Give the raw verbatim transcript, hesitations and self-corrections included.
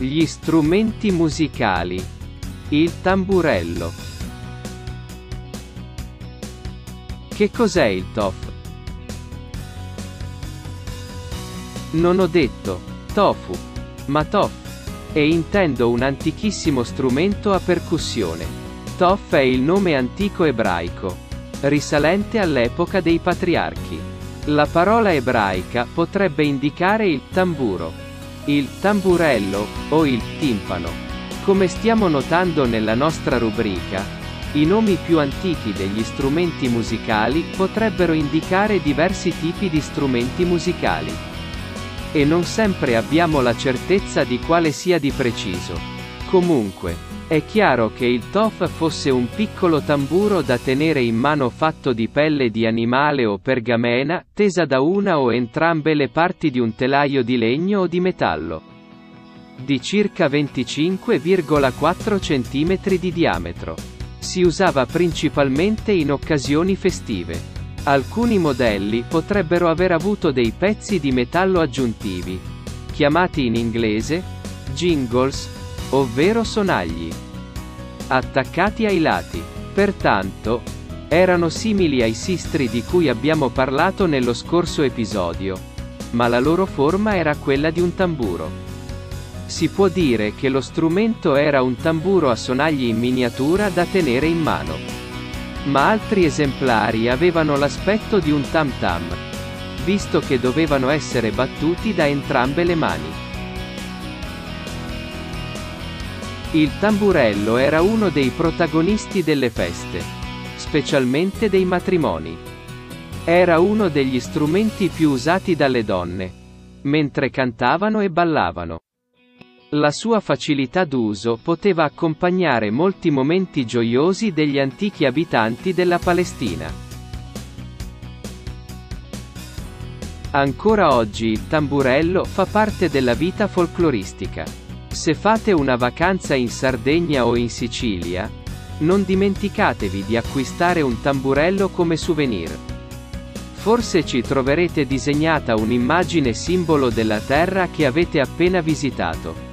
Gli strumenti musicali. Il tamburello. Che cos'è il tof? Non ho detto tofu, ma tof. E intendo un antichissimo strumento a percussione. Tof è il nome antico ebraico, risalente all'epoca dei patriarchi. La parola ebraica potrebbe indicare il tamburo, il tamburello, o il timpano. Come stiamo notando nella nostra rubrica, i nomi più antichi degli strumenti musicali potrebbero indicare diversi tipi di strumenti musicali. E non sempre abbiamo la certezza di quale sia di preciso. Comunque, è chiaro che il tof fosse un piccolo tamburo da tenere in mano fatto di pelle di animale o pergamena, tesa da una o entrambe le parti di un telaio di legno o di metallo. Di circa venticinque virgola quattro centimetri di diametro. Si usava principalmente in occasioni festive. Alcuni modelli potrebbero aver avuto dei pezzi di metallo aggiuntivi, chiamati in inglese jingles, ovvero sonagli, attaccati ai lati. Pertanto, erano simili ai sistri di cui abbiamo parlato nello scorso episodio, ma la loro forma era quella di un tamburo. Si può dire che lo strumento era un tamburo a sonagli in miniatura da tenere in mano. Ma altri esemplari avevano l'aspetto di un tam tam, visto che dovevano essere battuti da entrambe le mani. Il tamburello era uno dei protagonisti delle feste, specialmente dei matrimoni. Era uno degli strumenti più usati dalle donne, mentre cantavano e ballavano. La sua facilità d'uso poteva accompagnare molti momenti gioiosi degli antichi abitanti della Palestina. Ancora oggi il tamburello fa parte della vita folcloristica. Se fate una vacanza in Sardegna o in Sicilia, non dimenticatevi di acquistare un tamburello come souvenir. Forse ci troverete disegnata un'immagine simbolo della terra che avete appena visitato.